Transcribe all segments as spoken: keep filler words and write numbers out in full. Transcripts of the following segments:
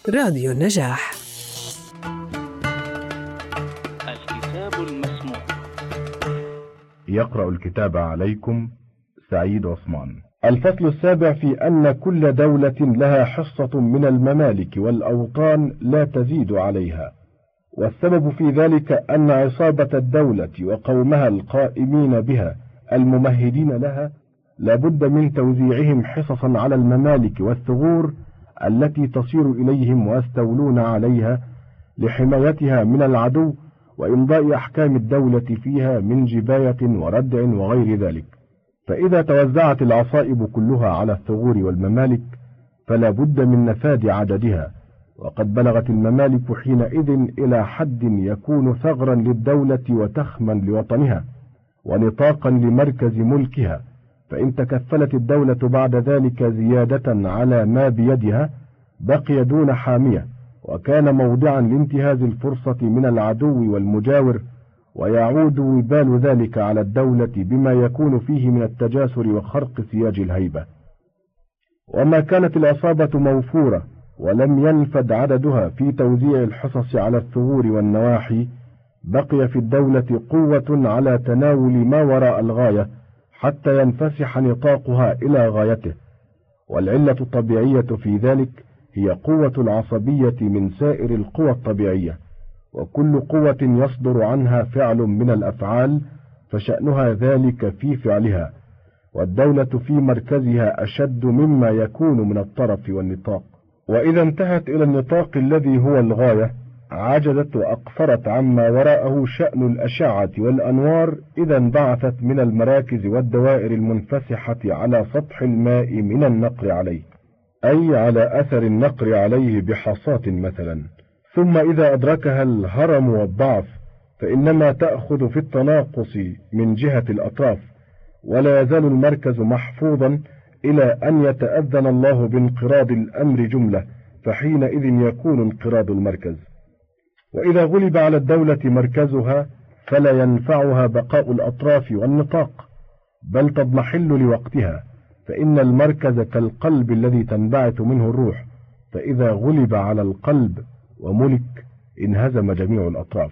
راديو النجاح. الكتاب المسموع. يقرأ الكتاب عليكم سعيد عثمان. الفصل السابع في أن كل دولة لها حصة من الممالك والأوطان لا تزيد عليها، والسبب في ذلك أن عصابة الدولة وقومها القائمين بها الممهدين لها لابد من توزيعهم حصصا على الممالك والثغور التي تصير إليهم ويستولون عليها لحمايتها من العدو وإمضاء أحكام الدولة فيها من جباية وردع وغير ذلك. فإذا توزعت العصائب كلها على الثغور والممالك فلا بد من نفاذ عددها، وقد بلغت الممالك حينئذ إلى حد يكون ثغرا للدولة وتخما لوطنها ونطاقا لمركز ملكها، فإن تكفلت الدولة بعد ذلك زيادة على ما بيدها بقي دون حامية، وكان موضعا لانتهاز الفرصة من العدو والمجاور، ويعود وبال ذلك على الدولة بما يكون فيه من التجاسر وخرق سياج الهيبة. وما كانت العصابة موفورة ولم ينفد عددها في توزيع الحصص على الثغور والنواحي بقي في الدولة قوة على تناول ما وراء الغاية حتى ينفسح نطاقها إلى غايته، والعلة الطبيعية في ذلك هي قوة العصبية من سائر القوى الطبيعية، وكل قوة يصدر عنها فعل من الأفعال فشأنها ذلك في فعلها، والدولة في مركزها أشد مما يكون من الطرف والنطاق. وإذا انتهت إلى النطاق الذي هو الغاية عجزت وأقصرت عما وراءه شأن الأشعة والأنوار إذا انبعثت من المراكز والدوائر المنفسحة على سطح الماء من النقر عليه، أي على أثر النقر عليه بحصات مثلا، ثم إذا أدركها الهرم والضعف فإنما تأخذ في التناقص من جهة الأطراف، ولا يزال المركز محفوظا إلى أن يتأذن الله بانقراض الأمر جملة، فحينئذ يكون انقراض المركز. وإذا غلب على الدولة مركزها فلا ينفعها بقاء الأطراف والنطاق، بل تضمحل لوقتها، فإن المركز كالقلب الذي تنبعث منه الروح، فإذا غلب على القلب وملك انهزم جميع الأطراف.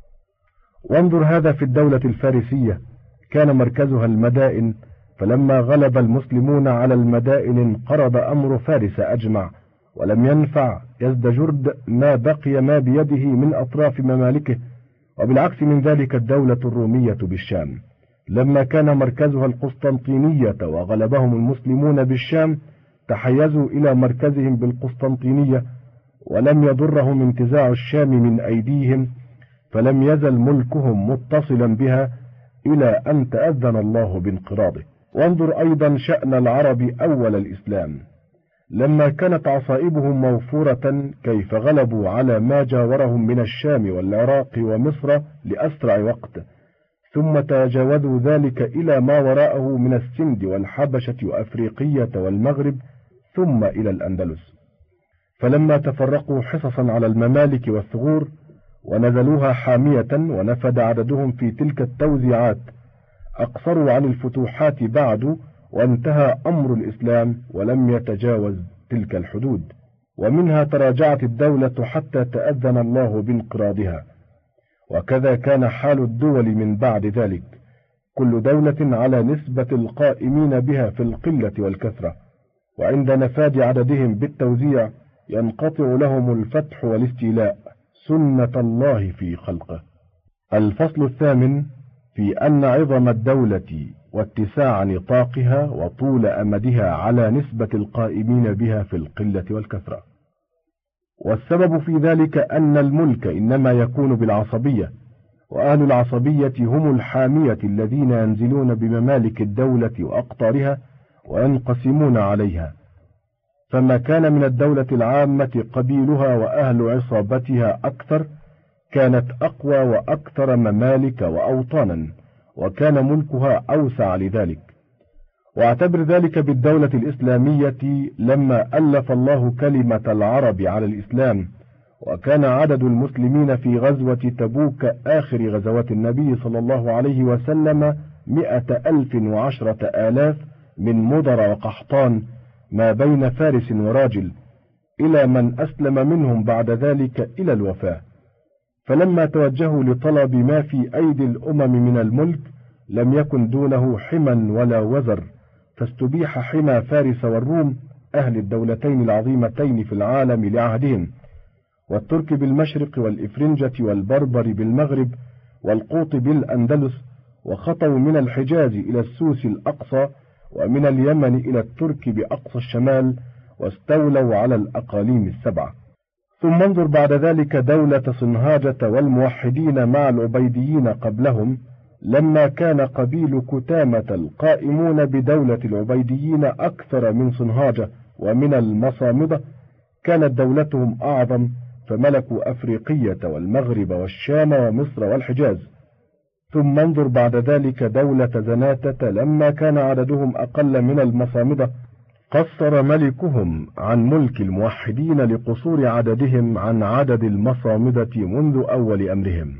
وانظر هذا في الدولة الفارسية، كان مركزها المدائن، فلما غلب المسلمون على المدائن انقرض أمر فارس أجمع، ولم ينفع يزدجرد ما بقي ما بيده من أطراف ممالكه. وبالعكس من ذلك الدولة الرومية بالشام، لما كان مركزها القسطنطينية وغلبهم المسلمون بالشام تحيزوا إلى مركزهم بالقسطنطينية، ولم يضرهم انتزاع الشام من أيديهم، فلم يزل ملكهم متصلا بها إلى أن تأذن الله بانقراضه. وانظر أيضا شأن العرب أول الإسلام، لما كانت عصائبهم موفورة كيف غلبوا على ما جاورهم من الشام والعراق ومصر لأسرع وقت، ثم تجاوزوا ذلك إلى ما وراءه من السند والحبشة وأفريقية والمغرب ثم إلى الأندلس. فلما تفرقوا حصصا على الممالك والثغور ونزلوها حامية ونفد عددهم في تلك التوزيعات أقصروا عن الفتوحات بعد، وانتهى أمر الإسلام ولم يتجاوز تلك الحدود، ومنها تراجعت الدولة حتى تأذن الله بانقراضها. وكذا كان حال الدول من بعد ذلك، كل دولة على نسبة القائمين بها في القلة والكثرة، وعند نفاذ عددهم بالتوزيع ينقطع لهم الفتح والاستيلاء، سنة الله في خلقه. الفصل الثامن في أن عظم الدولة واتساع نطاقها وطول أمدها على نسبة القائمين بها في القلة والكثرة. والسبب في ذلك أن الملك إنما يكون بالعصبية، وأهل العصبية هم الحامية الذين ينزلون بممالك الدولة وأقطارها وينقسمون عليها، فما كان من الدولة العامة قبيلها وأهل عصابتها أكثر كانت أقوى وأكثر ممالك وأوطانا، وكان ملكها أوسع لذلك. واعتبر ذلك بالدولة الإسلامية لما ألف الله كلمة العرب على الإسلام، وكان عدد المسلمين في غزوة تبوك آخر غزوات النبي صلى الله عليه وسلم مئة ألف وعشرة آلاف من مضر وقحطان ما بين فارس وراجل، إلى من أسلم منهم بعد ذلك إلى الوفاة. فلما توجهوا لطلب ما في أيدي الأمم من الملك لم يكن دونه حمى ولا وزر، فاستبيح حمى فارس والروم أهل الدولتين العظيمتين في العالم لعهدهم، والترك بالمشرق والإفرنجة والبربر بالمغرب والقوط بالأندلس، وخطوا من الحجاز إلى السوس الأقصى، ومن اليمن إلى الترك بأقصى الشمال، واستولوا على الأقاليم السبعة. ثم انظر بعد ذلك دولة صنهاجة والموحدين مع العبيديين قبلهم، لما كان قبيل كتامة القائمون بدولة العبيديين أكثر من صنهاجة ومن المصامدة، كانت دولتهم أعظم، فملكوا أفريقية والمغرب والشام ومصر والحجاز. ثم انظر بعد ذلك دولة زناتة لما كان عددهم أقل من المصامدة، قصر ملكهم عن ملك الموحدين لقصور عددهم عن عدد المصامدة منذ أول أمرهم.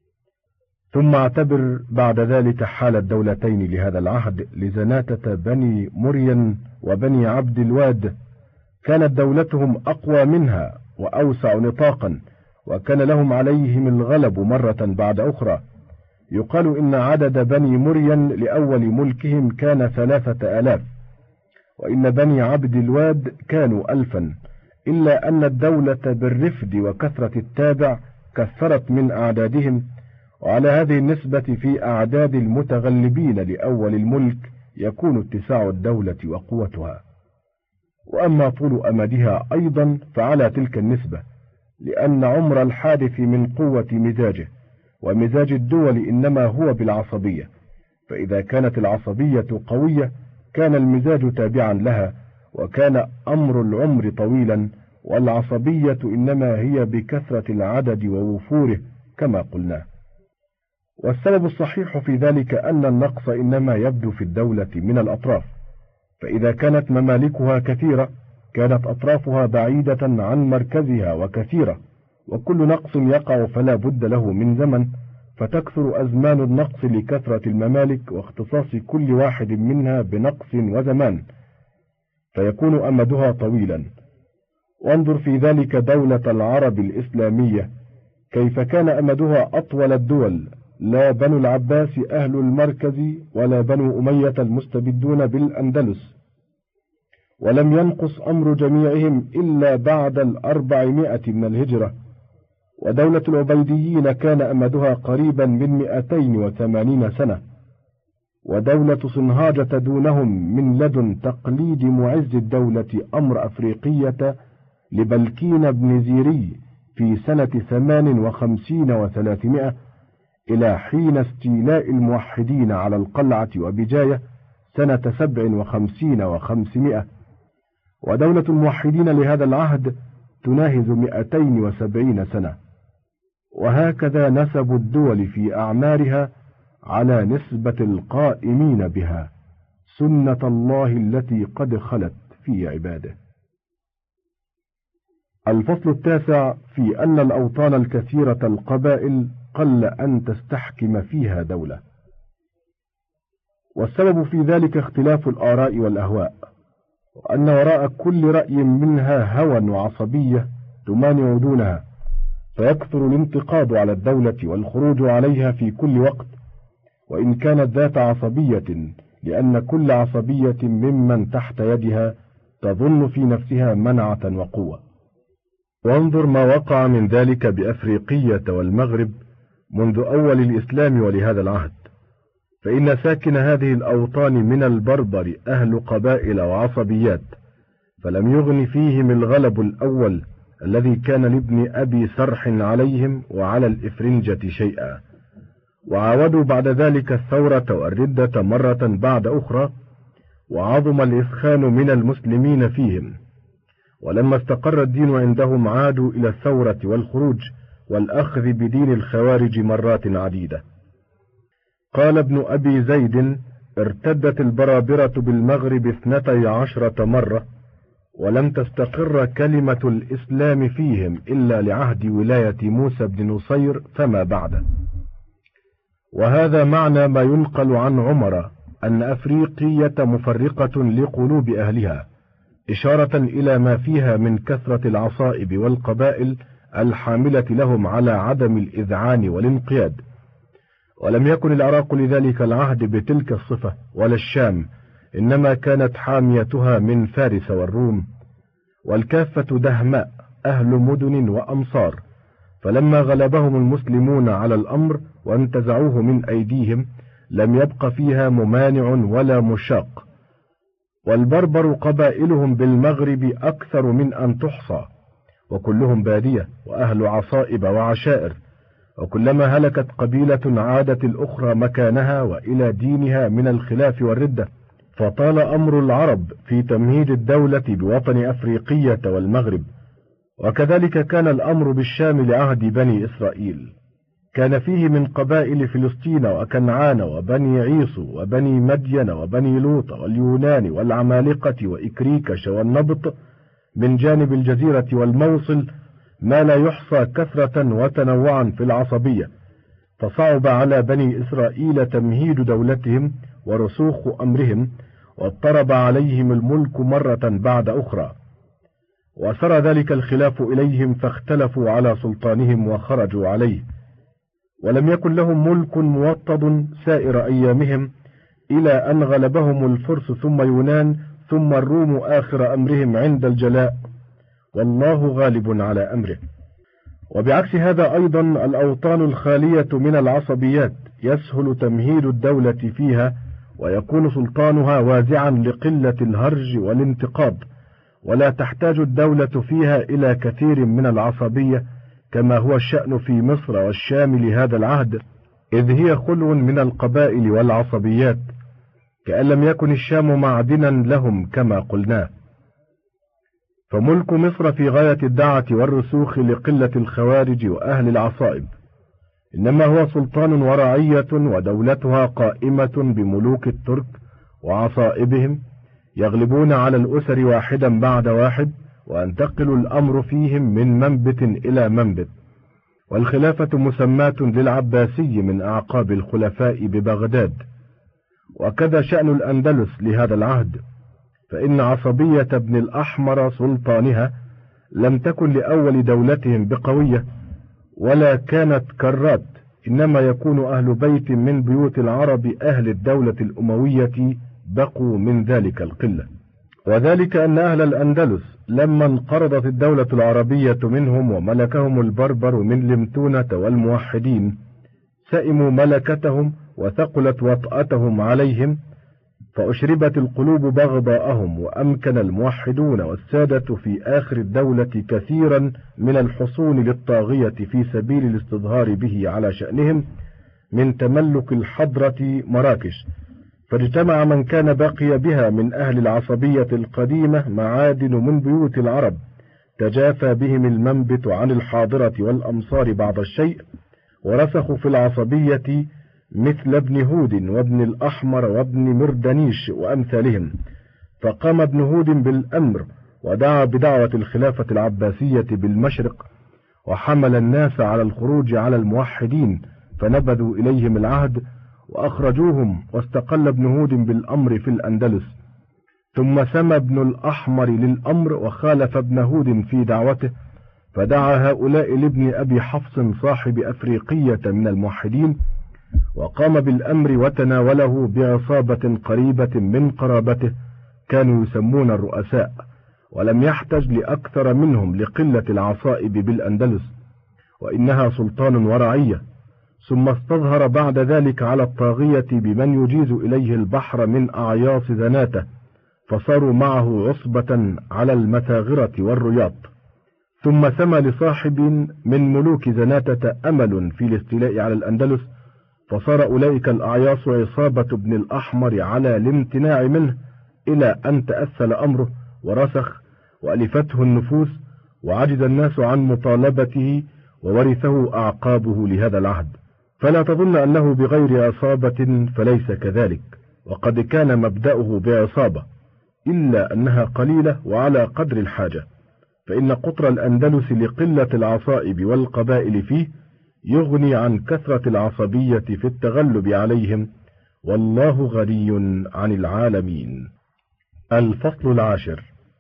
ثم اعتبر بعد ذلك حال الدولتين لهذا العهد لزناتة بني مرين وبني عبد الواد، كانت دولتهم أقوى منها وأوسع نطاقا، وكان لهم عليهم الغلب مرة بعد أخرى. يقال إن عدد بني مرين لأول ملكهم كان ثلاثة آلاف، وإن بني عبد الواد كانوا ألفا، إلا أن الدولة بالرفد وكثرة التابع كثرت من أعدادهم، وعلى هذه النسبة في أعداد المتغلبين لأول الملك يكون اتساع الدولة وقوتها. وأما طول أمدها أيضا فعلى تلك النسبة، لأن عمر الحادث من قوة مزاجه، ومزاج الدول إنما هو بالعصبية، فإذا كانت العصبية قوية كان المزاج تابعا لها، وكان أمر العمر طويلا، والعصبية إنما هي بكثرة العدد ووفوره كما قلنا. والسبب الصحيح في ذلك أن النقص إنما يبدو في الدولة من الأطراف، فإذا كانت ممالكها كثيرة كانت أطرافها بعيدة عن مركزها وكثيرة، وكل نقص يقع فلا بد له من زمن، فتكثر أزمان النقص لكثرة الممالك واختصاص كل واحد منها بنقص وزمان، فيكون أمدها طويلا. وانظر في ذلك دولة العرب الإسلامية كيف كان أمدها أطول الدول، لا بنو العباس أهل المركز ولا بنو أمية المستبدون بالأندلس، ولم ينقص أمر جميعهم إلا بعد الأربعمائة من الهجرة. ودولة العبيديين كان أمدها قريبا من مئتين وثمانين سنة، ودولة صنهاجة دونهم من لدن تقليد معز الدولة أمر أفريقية لبلكين بن زيري في سنة ثمان وخمسين وثلاثمائة إلى حين استيلاء الموحدين على القلعة وبجاية سنة سبع وخمسين وخمسمائة. ودولة الموحدين لهذا العهد تناهز مئتين وسبعين سنة. وهكذا نسب الدول في أعمارها على نسبة القائمين بها، سنة الله التي قد خلت في عباده. الفصل التاسع في أن الأوطان الكثيرة القبائل قل أن تستحكم فيها دولة. والسبب في ذلك اختلاف الآراء والأهواء، وأن وراء كل رأي منها هوى وعصبية تمانع دونها، فيكثر الانتقاد على الدولة والخروج عليها في كل وقت، وإن كانت ذات عصبية، لأن كل عصبية ممن تحت يدها تظن في نفسها منعة وقوة. وانظر ما وقع من ذلك بأفريقية والمغرب منذ أول الإسلام ولهذا العهد، فإن ساكن هذه الأوطان من البربر أهل قبائل وعصبيات، فلم يغن فيهم الغلب الأول الذي كان لابن أبي سرح عليهم وعلى الإفرنجة شيئا، وعاودوا بعد ذلك الثورة والردة مرة بعد أخرى، وعظم الإسخان من المسلمين فيهم، ولما استقر الدين عندهم عادوا إلى الثورة والخروج والأخذ بدين الخوارج مرات عديدة. قال ابن أبي زيد: ارتدت البرابرة بالمغرب اثنتي عشرة مرة، ولم تستقر كلمة الإسلام فيهم إلا لعهد ولاية موسى بن نصير فما بعده. وهذا معنى ما ينقل عن عمر أن أفريقية مفرقة لقلوب أهلها، إشارة إلى ما فيها من كثرة العصائب والقبائل الحاملة لهم على عدم الإذعان والانقياد. ولم يكن العراق لذلك العهد بتلك الصفة ولا الشام، إنما كانت حاميتها من فارس والروم، والكافة دهماء أهل مدن وأمصار. فلما غلبهم المسلمون على الأمر وانتزعوه من أيديهم لم يبق فيها ممانع ولا مشاق. والبربر قبائلهم بالمغرب أكثر من أن تحصى، وكلهم بادية وأهل عصائب وعشائر، وكلما هلكت قبيلة عادت الأخرى مكانها وإلى دينها من الخلاف والردة. فطال أمر العرب في تمهيد الدولة بوطن أفريقية والمغرب. وكذلك كان الأمر بالشام لعهد بني إسرائيل، كان فيه من قبائل فلسطين وكنعان وبني عيسو وبني مدين وبني لوط واليونان والعمالقة وإكريكش والنبط من جانب الجزيرة والموصل ما لا يحصى كثرة وتنوعا في العصبية. فصعب على بني إسرائيل تمهيد دولتهم ورسوخ أمرهم، واضطرب عليهم الملك مرة بعد أخرى، وسرى ذلك الخلاف إليهم فاختلفوا على سلطانهم وخرجوا عليه. ولم يكن لهم ملك موطد سائر أيامهم إلى أن غلبهم الفرس ثم يونان ثم الروم آخر أمرهم عند الجلاء، والله غالب على أمره. وبعكس هذا أيضا الأوطان الخالية من العصبيات يسهل تمهيد الدولة فيها، ويكون سلطانها وازعا لقلة الهرج والانتقاض، ولا تحتاج الدولة فيها إلى كثير من العصبية كما هو الشأن في مصر والشام لهذا العهد، إذ هي خلو من القبائل والعصبيات، كأن لم يكن الشام معدنا لهم كما قلنا. فملك مصر في غاية الدعة والرسوخ لقلة الخوارج وأهل العصائب، إنما هو سلطان ورعية، ودولتها قائمة بملوك الترك وعصائبهم يغلبون على الأسر واحدا بعد واحد، وينتقل الأمر فيهم من منبت إلى منبت. والخلافة مسماة للعباسي من أعقاب الخلفاء ببغداد. وكذا شأن الأندلس لهذا العهد، فإن عصبية ابن الأحمر سلطانها لم تكن لأول دولتهم بقوية، ولا كانت كرات، إنما يكون أهل بيت من بيوت العرب أهل الدولة الأموية بقوا من ذلك القلة. وذلك أن أهل الأندلس لما انقرضت الدولة العربية منهم وملكهم البربر من لمتونة والموحدين، سئموا ملكتهم وثقلت وطأتهم عليهم، فأشربت القلوب بغضاءهم، وأمكن الموحدون والسادة في آخر الدولة كثيرا من الحصون للطاغية في سبيل الاستظهار به على شأنهم من تملك الحضرة مراكش. فاجتمع من كان بقي بها من أهل العصبية القديمة معادن من بيوت العرب، تجافى بهم المنبت عن الحاضرة والأمصار بعض الشيء، ورسخوا في العصبية مثل ابن هود وابن الأحمر وابن مردنيش وأمثالهم. فقام ابن هود بالأمر ودعا بدعوة الخلافة العباسية بالمشرق، وحمل الناس على الخروج على الموحدين، فنبذوا إليهم العهد وأخرجوهم، واستقل ابن هود بالأمر في الأندلس. ثم سمى ابن الأحمر للأمر وخالف ابن هود في دعوته، فدعا هؤلاء لابن أبي حفص صاحب أفريقية من الموحدين، وقام بالأمر وتناوله بعصابة قريبة من قرابته كانوا يسمون الرؤساء، ولم يحتج لأكثر منهم لقلة العصائب بالأندلس، وإنها سلطان ورعية. ثم استظهر بعد ذلك على الطاغية بمن يجيز إليه البحر من أعياص زناته، فصاروا معه عصبة على المثاغرة والرياض. ثم سمى لصاحب من ملوك زناتة أمل في الاستيلاء على الأندلس، فصار أولئك الأعياص عصابة ابن الأحمر على الامتناع منه، إلى أن تأثل أمره ورسخ وألفته النفوس، وعجز الناس عن مطالبته، وورثه أعقابه لهذا العهد. فلا تظن أنه بغير عصابة، فليس كذلك، وقد كان مبدأه بعصابة، إلا أنها قليلة وعلى قدر الحاجة، فإن قطر الأندلس لقلة العصائب والقبائل فيه يغني عن كثرة العصبية في التغلب عليهم، والله غني عن العالمين. الفصل العاشر: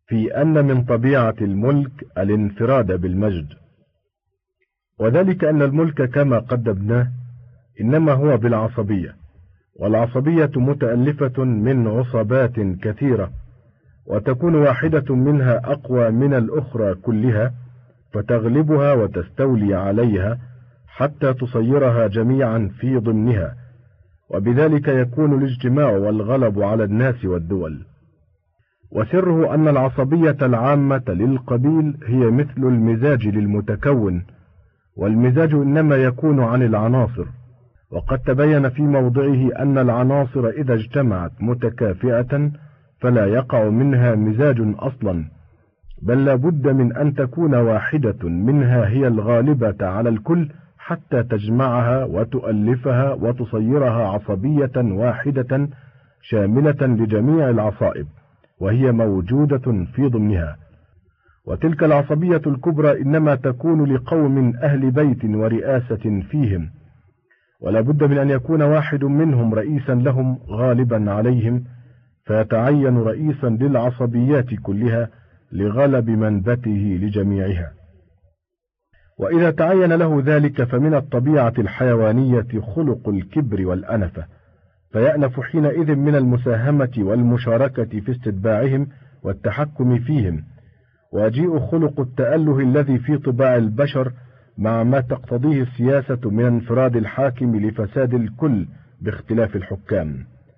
في أن من طبيعة الملك الانفراد بالمجد، وذلك أن الملك كما قدمناه إنما هو بالعصبية، والعصبية متألفة من عصبات كثيرة، وتكون واحدة منها أقوى من الأخرى كلها، فتغلبها وتستولي عليها حتى تصيرها جميعا في ضمنها، وبذلك يكون الاجتماع والغلب على الناس والدول. وسره أن العصبية العامة للقبيل هي مثل المزاج للمتكون، والمزاج إنما يكون عن العناصر، وقد تبين في موضعه أن العناصر إذا اجتمعت متكافئة فلا يقع منها مزاج أصلا، بل لا بد من أن تكون واحدة منها هي الغالبة على الكل حتى تجمعها وتؤلفها وتصيرها عصبية واحدة شاملة لجميع العصائب، وهي موجودة في ضمنها. وتلك العصبية الكبرى إنما تكون لقوم أهل بيت ورئاسة فيهم، ولا بد من أن يكون واحد منهم رئيسا لهم غالبا عليهم، فيتعين رئيسا للعصبيات كلها لغلب منبته لجميعها. وإذا تعين له ذلك فمن الطبيعة الحيوانية خلق الكبر والأنفة، فيأنف حينئذ من المساهمة والمشاركة في استتباعهم والتحكم فيهم، ويجيء خلق التأله الذي في طباع البشر مع ما تقتضيه السياسة من انفراد الحاكم لفساد الكل باختلاف الحكام.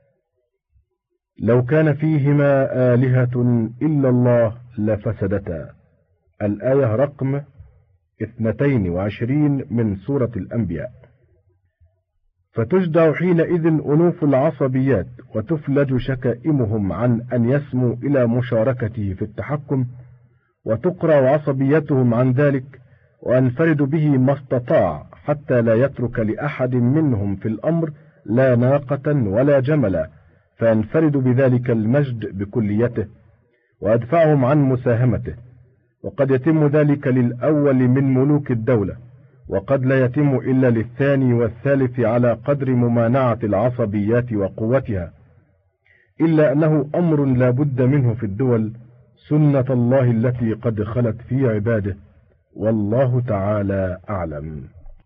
لو كان فيهما آلهة إلا الله لفسدتا. الآية رقم اثنتين وعشرين من سورة الأنبياء. فتجدع حينئذ أنوف العصبيات وتفلج شكائمهم عن أن يسموا إلى مشاركته في التحكم، وتقرع عصبيتهم عن ذلك، وأنفرد به ما استطاع حتى لا يترك لأحد منهم في الأمر لا ناقة ولا جملا، فينفرد بذلك المجد بكليته ويدفعهم عن مساهمته. وقد يتم ذلك للأول من ملوك الدولة، وقد لا يتم إلا للثاني والثالث على قدر ممانعة العصبيات وقوتها، إلا أنه أمر لا بد منه في الدول، سنة الله التي قد خلت في عباده، والله تعالى أعلم.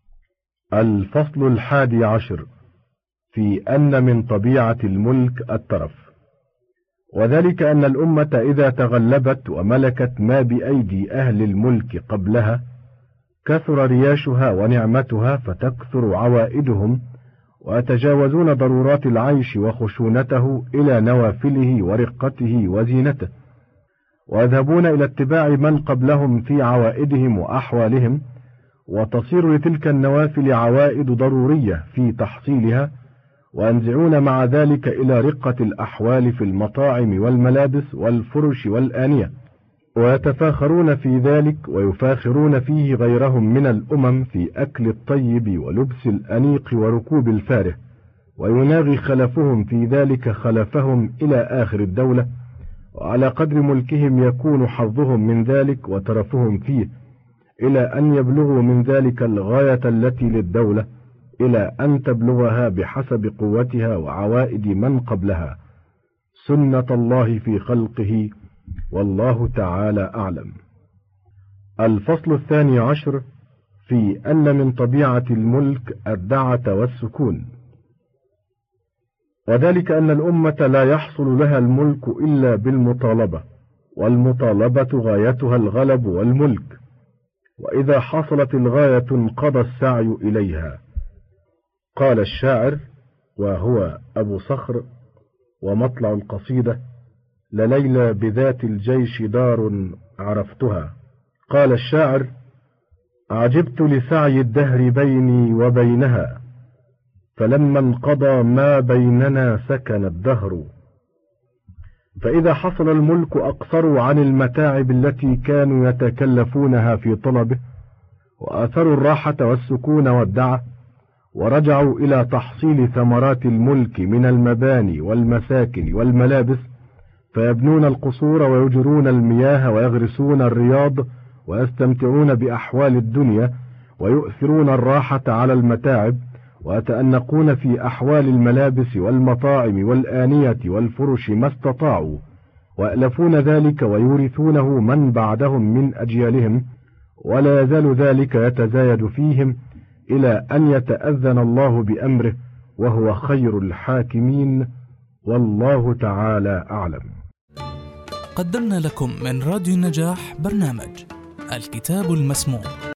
الفصل الحادي عشر في أن من طبيعة الملك الترف، وذلك أن الأمة إذا تغلبت وملكت ما بأيدي أهل الملك قبلها كثر رياشها ونعمتها، فتكثر عوائدهم، ويتجاوزون ضرورات العيش وخشونته إلى نوافله ورقته وزينته، ويذهبون إلى اتباع من قبلهم في عوائدهم وأحوالهم، وتصير لتلك النوافل عوائد ضرورية في تحصيلها، وينزعون مع ذلك إلى رقة الأحوال في المطاعم والملابس والفرش والآنية، ويتفاخرون في ذلك ويفاخرون فيه غيرهم من الأمم في أكل الطيب ولبس الأنيق وركوب الفاره، ويناغي خلفهم في ذلك خلفهم إلى آخر الدولة، وعلى قدر ملكهم يكون حظهم من ذلك وترفهم فيه، إلى أن يبلغوا من ذلك الغاية التي للدولة، إلى أن تبلغها بحسب قوتها وعوائد من قبلها، سنة الله في خلقه، والله تعالى أعلم. الفصل الثاني عشر في أن من طبيعة الملك الدعة والسكون، وذلك أن الأمة لا يحصل لها الملك إلا بالمطالبة، والمطالبة غايتها الغلب والملك، وإذا حصلت الغاية انقضى السعي إليها. قال الشاعر وهو أبو صخر ومطلع القصيدة: لليلى بذات الجيش دار عرفتها. قال الشاعر: عجبت لسعي الدهر بيني وبينها، فلما انقضى ما بيننا سكن الدهر. فإذا حصل الملك أقصروا عن المتاعب التي كانوا يتكلفونها في طلبه، وآثروا الراحة والسكون والدعة، ورجعوا إلى تحصيل ثمرات الملك من المباني والمساكن والملابس، فيبنون القصور ويجرون المياه ويغرسون الرياض ويستمتعون بأحوال الدنيا، ويؤثرون الراحة على المتاعب، ويتأنقون في أحوال الملابس والمطاعم والآنية والفرش ما استطاعوا، ويألفون ذلك ويورثونه من بعدهم من أجيالهم، ولا يزال ذلك يتزايد فيهم إلى أن يتأذن الله بأمره، وهو خير الحاكمين، والله تعالى أعلم. قدمنا لكم من راديو النجاح برنامج الكتاب المسموع.